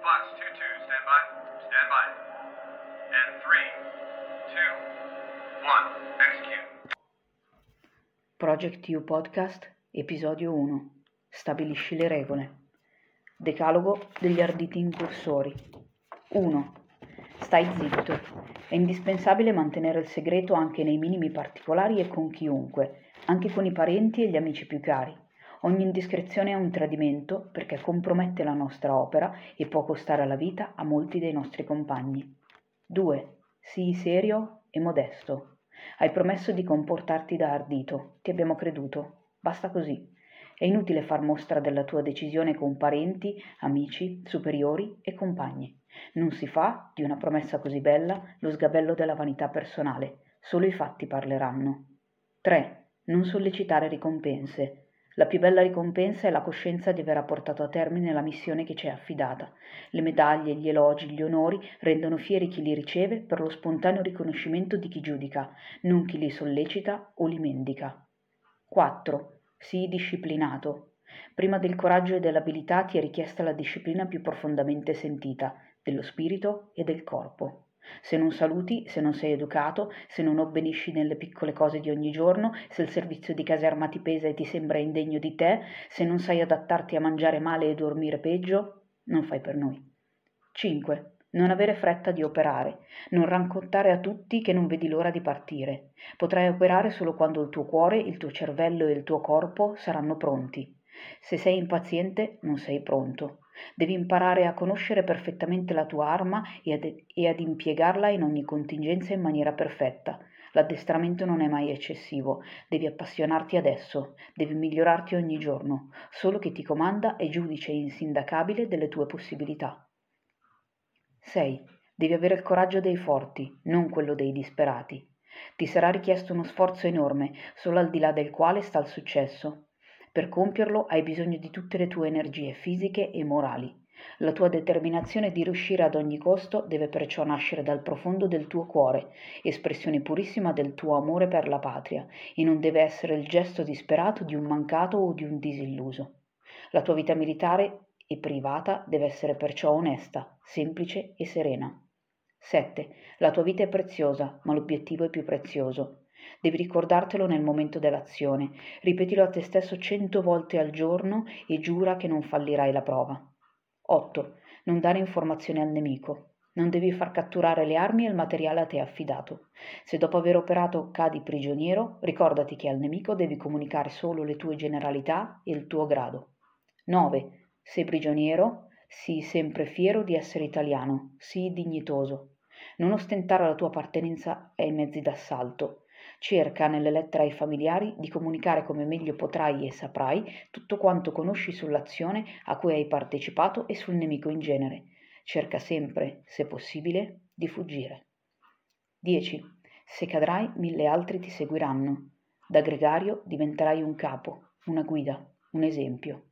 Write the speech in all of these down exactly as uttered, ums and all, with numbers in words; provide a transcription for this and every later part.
Fox two two, stand by. Stand by. And three, two, one, execute. Project U Podcast, episodio uno. Stabilisci le regole. Decalogo degli arditi incursori. uno. Stai zitto. È indispensabile mantenere il segreto anche nei minimi particolari e con chiunque, anche con i parenti e gli amici più cari. Ogni indiscrezione è un tradimento perché compromette la nostra opera e può costare la vita a molti dei nostri compagni. due. Sii serio e modesto. Hai promesso di comportarti da ardito, ti abbiamo creduto. Basta così. È inutile far mostra della tua decisione con parenti, amici, superiori e compagni. Non si fa, di una promessa così bella, lo sgabello della vanità personale. Solo i fatti parleranno. tre. Non sollecitare ricompense. La più bella ricompensa è la coscienza di aver portato a termine la missione che ci è affidata. Le medaglie, gli elogi, gli onori rendono fieri chi li riceve per lo spontaneo riconoscimento di chi giudica, non chi li sollecita o li mendica. quattro. Sii disciplinato. Prima del coraggio e dell'abilità ti è richiesta la disciplina più profondamente sentita, dello spirito e del corpo. Se non saluti, se non sei educato, se non obbedisci nelle piccole cose di ogni giorno, se il servizio di caserma ti pesa e ti sembra indegno di te, se non sai adattarti a mangiare male e dormire peggio, non fai per noi. cinque. Non avere fretta di operare, non raccontare a tutti che non vedi l'ora di partire. Potrai operare solo quando il tuo cuore, il tuo cervello e il tuo corpo saranno pronti. Se sei impaziente, non sei pronto. Devi imparare a conoscere perfettamente la tua arma e ad, e ad impiegarla in ogni contingenza in maniera perfetta. L'addestramento non è mai eccessivo, devi appassionarti adesso, devi migliorarti ogni giorno. Solo chi ti comanda è giudice insindacabile delle tue possibilità. sei. Devi avere il coraggio dei forti, non quello dei disperati. Ti sarà richiesto uno sforzo enorme, solo al di là del quale sta il successo. Per compierlo hai bisogno di tutte le tue energie fisiche e morali. La tua determinazione di riuscire ad ogni costo deve perciò nascere dal profondo del tuo cuore, espressione purissima del tuo amore per la patria, e non deve essere il gesto disperato di un mancato o di un disilluso. La tua vita militare e privata deve essere perciò onesta, semplice e serena. sette. La tua vita è preziosa, ma l'obiettivo è più prezioso. Devi ricordartelo nel momento dell'azione, ripetilo a te stesso cento volte al giorno e giura che non fallirai la prova. otto. Non dare informazioni al nemico. Non devi far catturare le armi e il materiale a te affidato. Se dopo aver operato cadi prigioniero, ricordati che al nemico devi comunicare solo le tue generalità e il tuo grado. nove. Sei prigioniero, sii sempre fiero di essere italiano, sii dignitoso. Non ostentare la tua appartenenza ai mezzi d'assalto. Cerca nelle lettere ai familiari di comunicare come meglio potrai e saprai tutto quanto conosci sull'azione a cui hai partecipato e sul nemico in genere. Cerca sempre, se possibile, di fuggire. dieci. Se cadrai, mille altri ti seguiranno. Da gregario diventerai un capo, una guida, un esempio.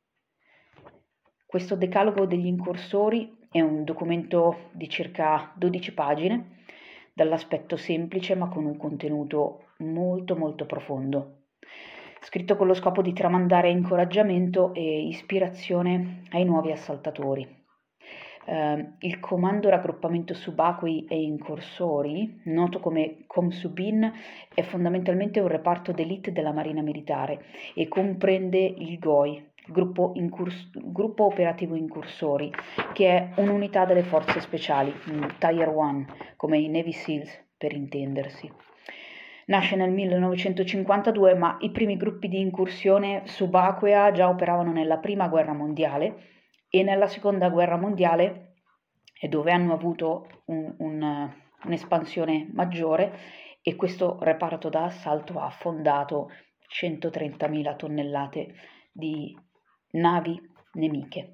Questo decalogo degli incursori è un documento di circa dodici pagine, dall'aspetto semplice ma con un contenuto molto molto profondo, scritto con lo scopo di tramandare incoraggiamento e ispirazione ai nuovi assaltatori. Uh, il comando raggruppamento subacquei e incursori, noto come Comsubin, è fondamentalmente un reparto d'élite della Marina Militare e comprende il G O I, Gruppo, Incurs- Gruppo Operativo Incursori, che è un'unità delle forze speciali, Tier uno, come i Navy SEALs per intendersi. Nasce nel millenovecentocinquantadue, ma i primi gruppi di incursione subacquea già operavano nella Prima Guerra Mondiale e nella Seconda Guerra Mondiale, e dove hanno avuto un, un, un'espansione maggiore, e questo reparto da assalto ha affondato centotrentamila tonnellate di navi nemiche.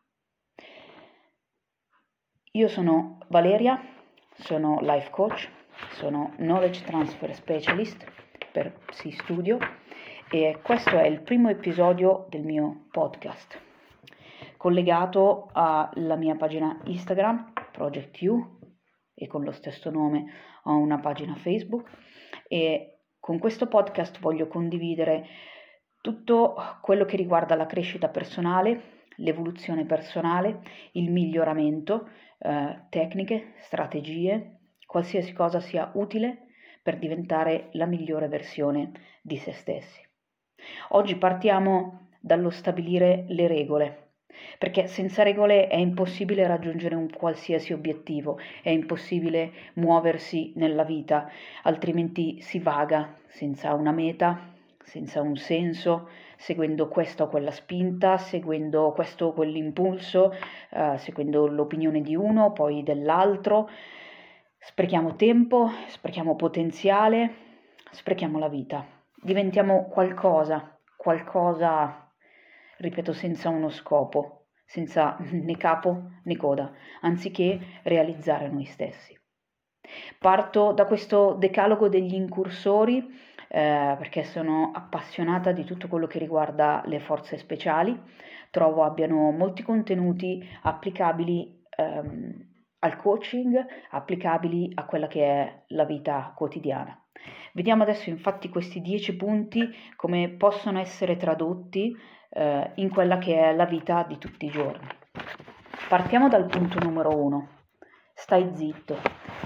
Io sono Valeria, sono life coach, sono knowledge transfer specialist per Psi Studio e questo è il primo episodio del mio podcast, collegato alla mia pagina Instagram, Project U, e con lo stesso nome ho una pagina Facebook, e con questo podcast voglio condividere tutto quello che riguarda la crescita personale, l'evoluzione personale, il miglioramento, eh, tecniche, strategie, qualsiasi cosa sia utile per diventare la migliore versione di se stessi. Oggi partiamo dallo stabilire le regole, perché senza regole è impossibile raggiungere un qualsiasi obiettivo, è impossibile muoversi nella vita, altrimenti si vaga senza una meta, senza un senso, seguendo questa o quella spinta, seguendo questo o quell'impulso, eh, seguendo l'opinione di uno, poi dell'altro. Sprechiamo tempo, sprechiamo potenziale, sprechiamo la vita. Diventiamo qualcosa, qualcosa, ripeto, senza uno scopo, senza né capo né coda, anziché realizzare noi stessi. Parto da questo decalogo degli incursori eh, perché sono appassionata di tutto quello che riguarda le forze speciali, trovo abbiano molti contenuti applicabili ehm, al coaching, applicabili a quella che è la vita quotidiana. Vediamo adesso infatti questi dieci punti come possono essere tradotti eh, in quella che è la vita di tutti i giorni. Partiamo dal punto numero uno, stai zitto.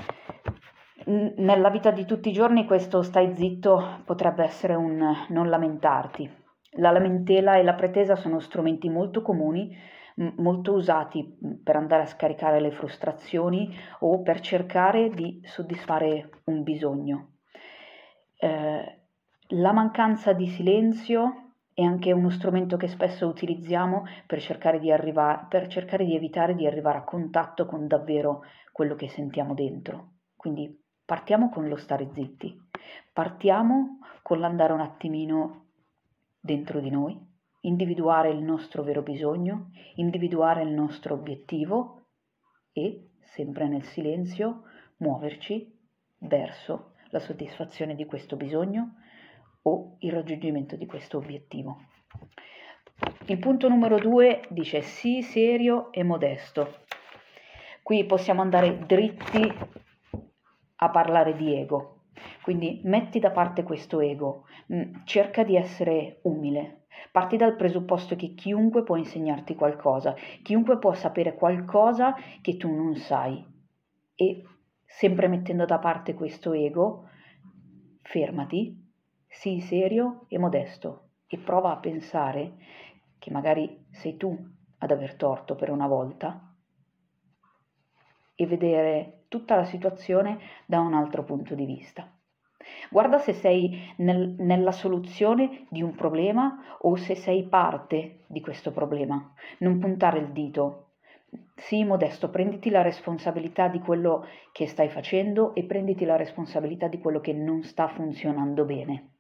Nella vita di tutti i giorni questo stai zitto potrebbe essere un non lamentarti. La lamentela e la pretesa sono strumenti molto comuni, m- molto usati per andare a scaricare le frustrazioni o per cercare di soddisfare un bisogno. Eh, la mancanza di silenzio è anche uno strumento che spesso utilizziamo per cercare di arrivare, per cercare di evitare di arrivare a contatto con davvero quello che sentiamo dentro. Quindi partiamo con lo stare zitti, partiamo con l'andare un attimino dentro di noi, individuare il nostro vero bisogno, individuare il nostro obiettivo e, sempre nel silenzio, muoverci verso la soddisfazione di questo bisogno o il raggiungimento di questo obiettivo. Il punto numero due dice sii serio e modesto. Qui possiamo andare dritti a parlare di ego, quindi metti da parte questo ego, cerca di essere umile, parti dal presupposto che chiunque può insegnarti qualcosa, chiunque può sapere qualcosa che tu non sai e sempre mettendo da parte questo ego, fermati, sii serio e modesto e prova a pensare che magari sei tu ad aver torto per una volta e vedere tutta la situazione da un altro punto di vista. Guarda se sei nel, nella soluzione di un problema o se sei parte di questo problema. Non puntare il dito. Sii modesto, prenditi la responsabilità di quello che stai facendo e prenditi la responsabilità di quello che non sta funzionando bene.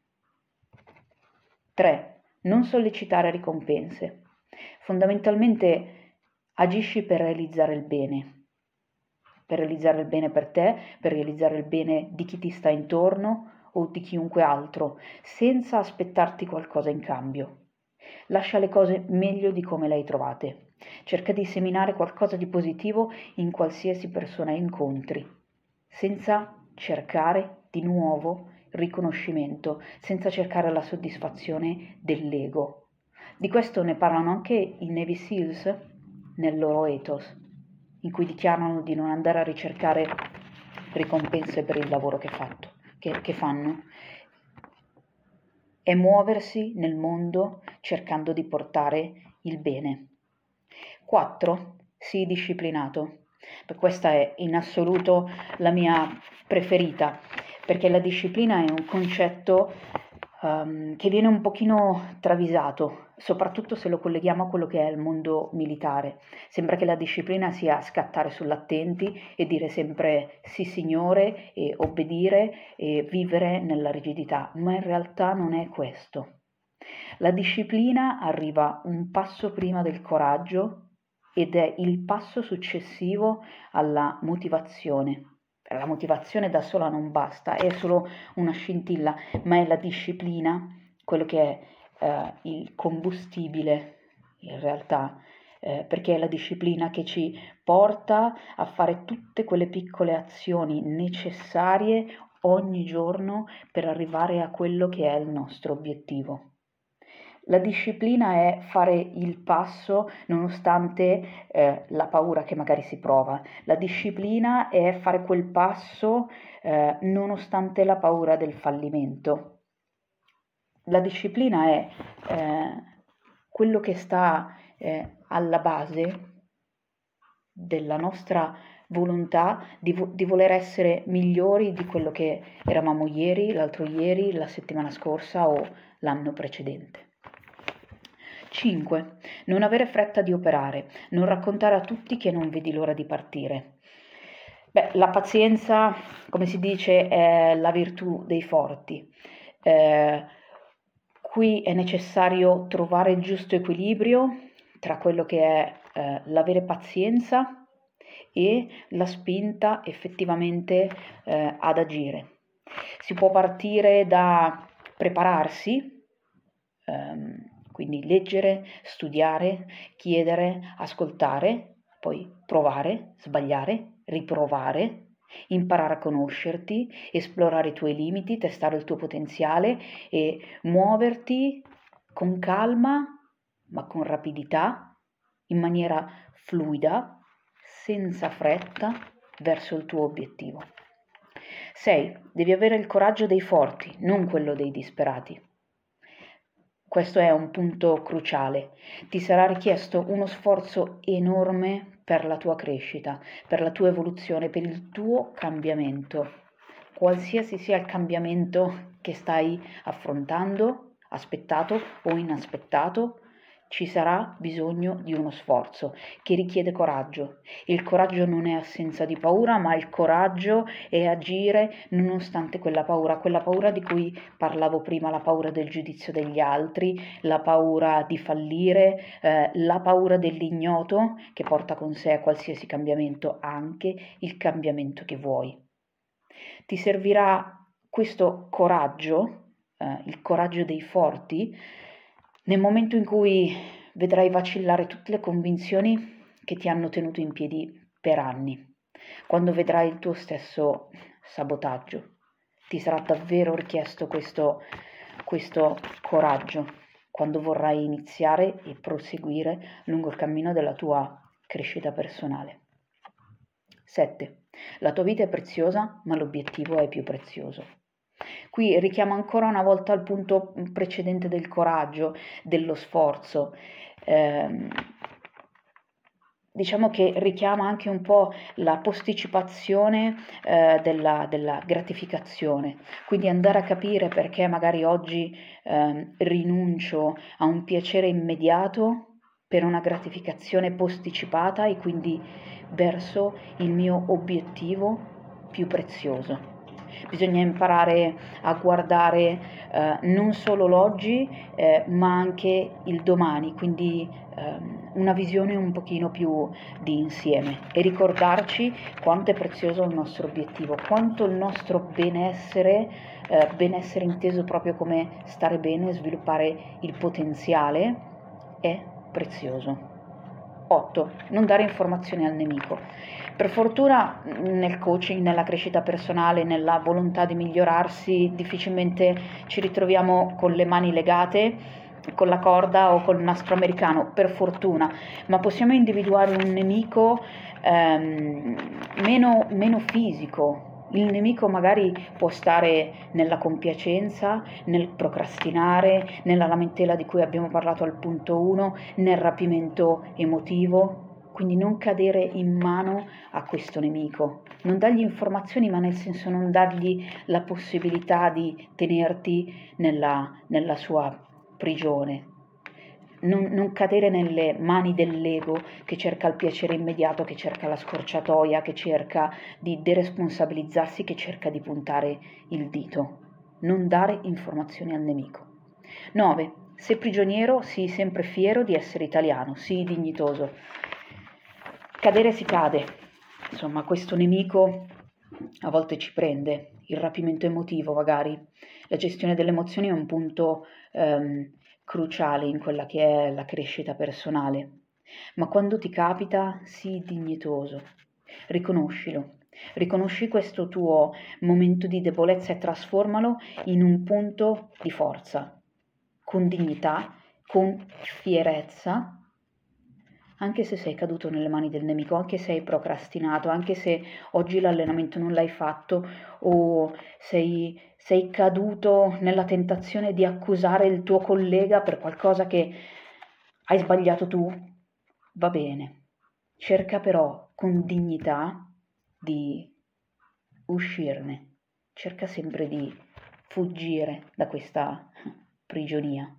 tre. Non sollecitare ricompense. Fondamentalmente agisci per realizzare il bene. per realizzare il bene per te, per realizzare il bene di chi ti sta intorno o di chiunque altro, senza aspettarti qualcosa in cambio. Lascia le cose meglio di come le hai trovate. Cerca di seminare qualcosa di positivo in qualsiasi persona incontri, senza cercare di nuovo riconoscimento, senza cercare la soddisfazione dell'ego. Di questo ne parlano anche i Navy Seals nel loro ethos, in cui dichiarano di non andare a ricercare ricompense per il lavoro che, fatto, che, che fanno, e muoversi nel mondo cercando di portare il bene. quattro. Sii disciplinato. Questa è in assoluto la mia preferita, perché la disciplina è un concetto um, che viene un pochino travisato, soprattutto se lo colleghiamo a quello che è il mondo militare. Sembra che la disciplina sia scattare sull'attenti e dire sempre sì signore e obbedire e vivere nella rigidità, ma in realtà non è questo. La disciplina arriva un passo prima del coraggio ed è il passo successivo alla motivazione. La motivazione da sola non basta, è solo una scintilla, ma è la disciplina, quello che è eh, il combustibile in realtà, eh, perché è la disciplina che ci porta a fare tutte quelle piccole azioni necessarie ogni giorno per arrivare a quello che è il nostro obiettivo. La disciplina è fare il passo nonostante eh, la paura che magari si prova. La disciplina è fare quel passo eh, nonostante la paura del fallimento. La disciplina è eh, quello che sta eh, alla base della nostra volontà di, vo- di voler essere migliori di quello che eravamo ieri, l'altro ieri, la settimana scorsa o l'anno precedente. cinque. Non avere fretta di operare, non raccontare a tutti che non vedi l'ora di partire. Beh, la pazienza, come si dice, è la virtù dei forti. Eh, qui è necessario trovare il giusto equilibrio tra quello che è eh, l'avere pazienza e la spinta effettivamente eh, ad agire. Si può partire da prepararsi, ehm, quindi leggere, studiare, chiedere, ascoltare, poi provare, sbagliare, riprovare, imparare a conoscerti, esplorare i tuoi limiti, testare il tuo potenziale e muoverti con calma, ma con rapidità, in maniera fluida, senza fretta, verso il tuo obiettivo. sei. Devi avere il coraggio dei forti, non quello dei disperati. Questo è un punto cruciale. Ti sarà richiesto uno sforzo enorme per la tua crescita, per la tua evoluzione, per il tuo cambiamento. Qualsiasi sia il cambiamento che stai affrontando, aspettato o inaspettato, ci sarà bisogno di uno sforzo che richiede coraggio. Il coraggio non è assenza di paura, ma il coraggio è agire nonostante quella paura, quella paura di cui parlavo prima, la paura del giudizio degli altri, la paura di fallire, eh, la paura dell'ignoto che porta con sé a qualsiasi cambiamento, anche il cambiamento che vuoi. Ti servirà questo coraggio, eh, il coraggio dei forti, nel momento in cui vedrai vacillare tutte le convinzioni che ti hanno tenuto in piedi per anni, quando vedrai il tuo stesso sabotaggio, ti sarà davvero richiesto questo, questo coraggio quando vorrai iniziare e proseguire lungo il cammino della tua crescita personale. sette. La tua vita è preziosa, ma l'obiettivo è più prezioso. Qui richiamo ancora una volta al punto precedente del coraggio, dello sforzo. Eh, diciamo che richiama anche un po' la posticipazione eh, della, della gratificazione, quindi andare a capire perché magari oggi eh, rinuncio a un piacere immediato per una gratificazione posticipata e quindi verso il mio obiettivo più prezioso. Bisogna imparare a guardare eh, non solo l'oggi, eh, ma anche il domani, quindi ehm, una visione un pochino più di insieme e ricordarci quanto è prezioso il nostro obiettivo, quanto il nostro benessere, eh, benessere inteso proprio come stare bene, sviluppare il potenziale, è prezioso. otto. Non dare informazioni al nemico. Per fortuna nel coaching, nella crescita personale, nella volontà di migliorarsi, difficilmente ci ritroviamo con le mani legate, con la corda o col nastro americano, per fortuna, ma possiamo individuare un nemico ehm, meno, meno fisico. Il nemico magari può stare nella compiacenza, nel procrastinare, nella lamentela di cui abbiamo parlato al punto uno, nel rapimento emotivo. Quindi non cadere in mano a questo nemico, non dargli informazioni, ma nel senso non dargli la possibilità di tenerti nella, nella sua prigione. Non, non cadere nelle mani dell'ego che cerca il piacere immediato, che cerca la scorciatoia, che cerca di deresponsabilizzarsi, che cerca di puntare il dito. Non dare informazioni al nemico. nove. Sei prigioniero, sii sempre fiero di essere italiano, sii dignitoso. Cadere si cade, insomma questo nemico a volte ci prende, il rapimento emotivo magari, la gestione delle emozioni è un punto ehm, cruciale in quella che è la crescita personale, ma quando ti capita sii dignitoso, riconoscilo, riconosci questo tuo momento di debolezza e trasformalo in un punto di forza, con dignità con fierezza, anche se sei caduto nelle mani del nemico, anche se hai procrastinato, anche se oggi l'allenamento non l'hai fatto o sei, sei caduto nella tentazione di accusare il tuo collega per qualcosa che hai sbagliato tu, va bene. Cerca però con dignità di uscirne, cerca sempre di fuggire da questa prigionia.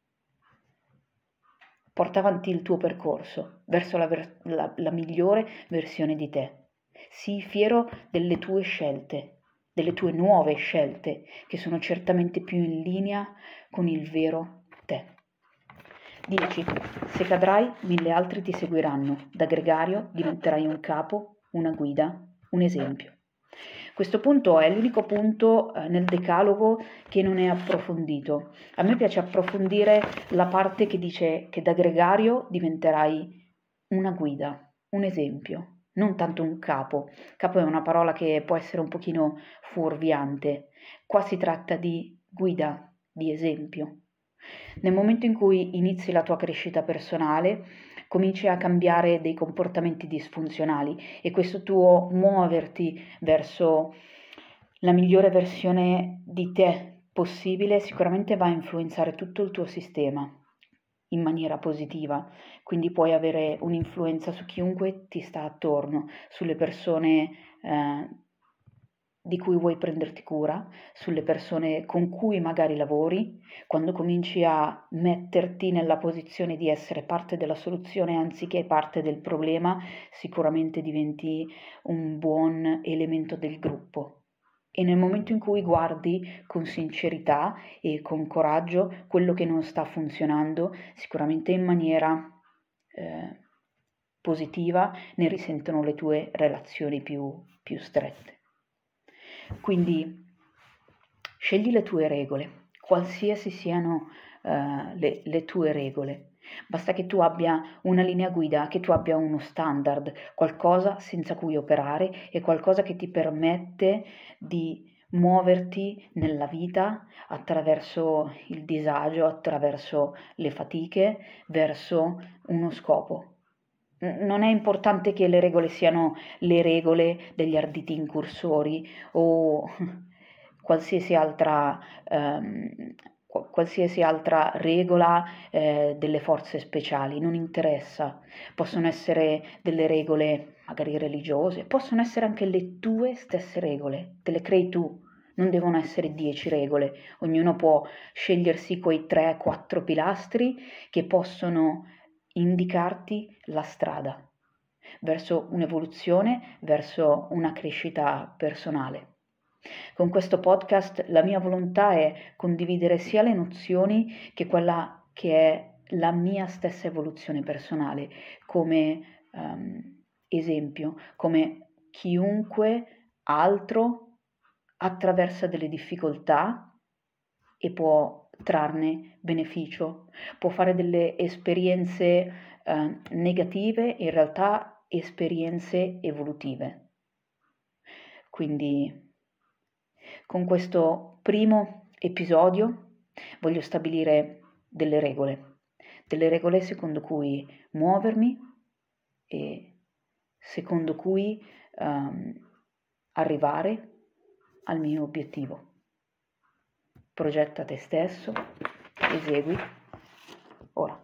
Porta avanti il tuo percorso verso la, ver- la, la migliore versione di te. Sii fiero delle tue scelte, delle tue nuove scelte, che sono certamente più in linea con il vero te. dieci. Se cadrai, mille altri ti seguiranno. Da gregario diventerai un capo, una guida, un esempio. Questo punto è l'unico punto eh, nel decalogo che non è approfondito. A me piace approfondire la parte che dice che da gregario diventerai una guida, un esempio, non tanto un capo. Capo è una parola che può essere un pochino fuorviante. Qua si tratta di guida, di esempio. Nel momento in cui inizi la tua crescita personale, cominci a cambiare dei comportamenti disfunzionali e questo tuo muoverti verso la migliore versione di te possibile sicuramente va a influenzare tutto il tuo sistema in maniera positiva, quindi puoi avere un'influenza su chiunque ti sta attorno, sulle persone eh, di cui vuoi prenderti cura, sulle persone con cui magari lavori. Quando cominci a metterti nella posizione di essere parte della soluzione anziché parte del problema, sicuramente diventi un buon elemento del gruppo. E nel momento in cui guardi con sincerità e con coraggio quello che non sta funzionando, sicuramente in maniera eh, positiva ne risentono le tue relazioni più, più strette. Quindi scegli le tue regole, qualsiasi siano uh, le, le tue regole. Basta che tu abbia una linea guida, che tu abbia uno standard, qualcosa senza cui operare e qualcosa che ti permette di muoverti nella vita attraverso il disagio, attraverso le fatiche, verso uno scopo. Non è importante che le regole siano le regole degli arditi incursori o qualsiasi altra, ehm, qualsiasi altra regola eh, delle forze speciali, non interessa. Possono essere delle regole magari religiose, possono essere anche le tue stesse regole, te le crei tu. Non devono essere dieci regole, ognuno può scegliersi quei tre quattro pilastri che possono indicarti la strada verso un'evoluzione, verso una crescita personale. Con questo podcast la mia volontà è condividere sia le nozioni che quella che è la mia stessa evoluzione personale come um, esempio, come chiunque altro attraversa delle difficoltà e può trarne beneficio, può fare delle esperienze eh, negative, in realtà esperienze evolutive. Quindi con questo primo episodio voglio stabilire delle regole, delle regole secondo cui muovermi e secondo cui um, arrivare al mio obiettivo. Progetta te stesso, esegui ora.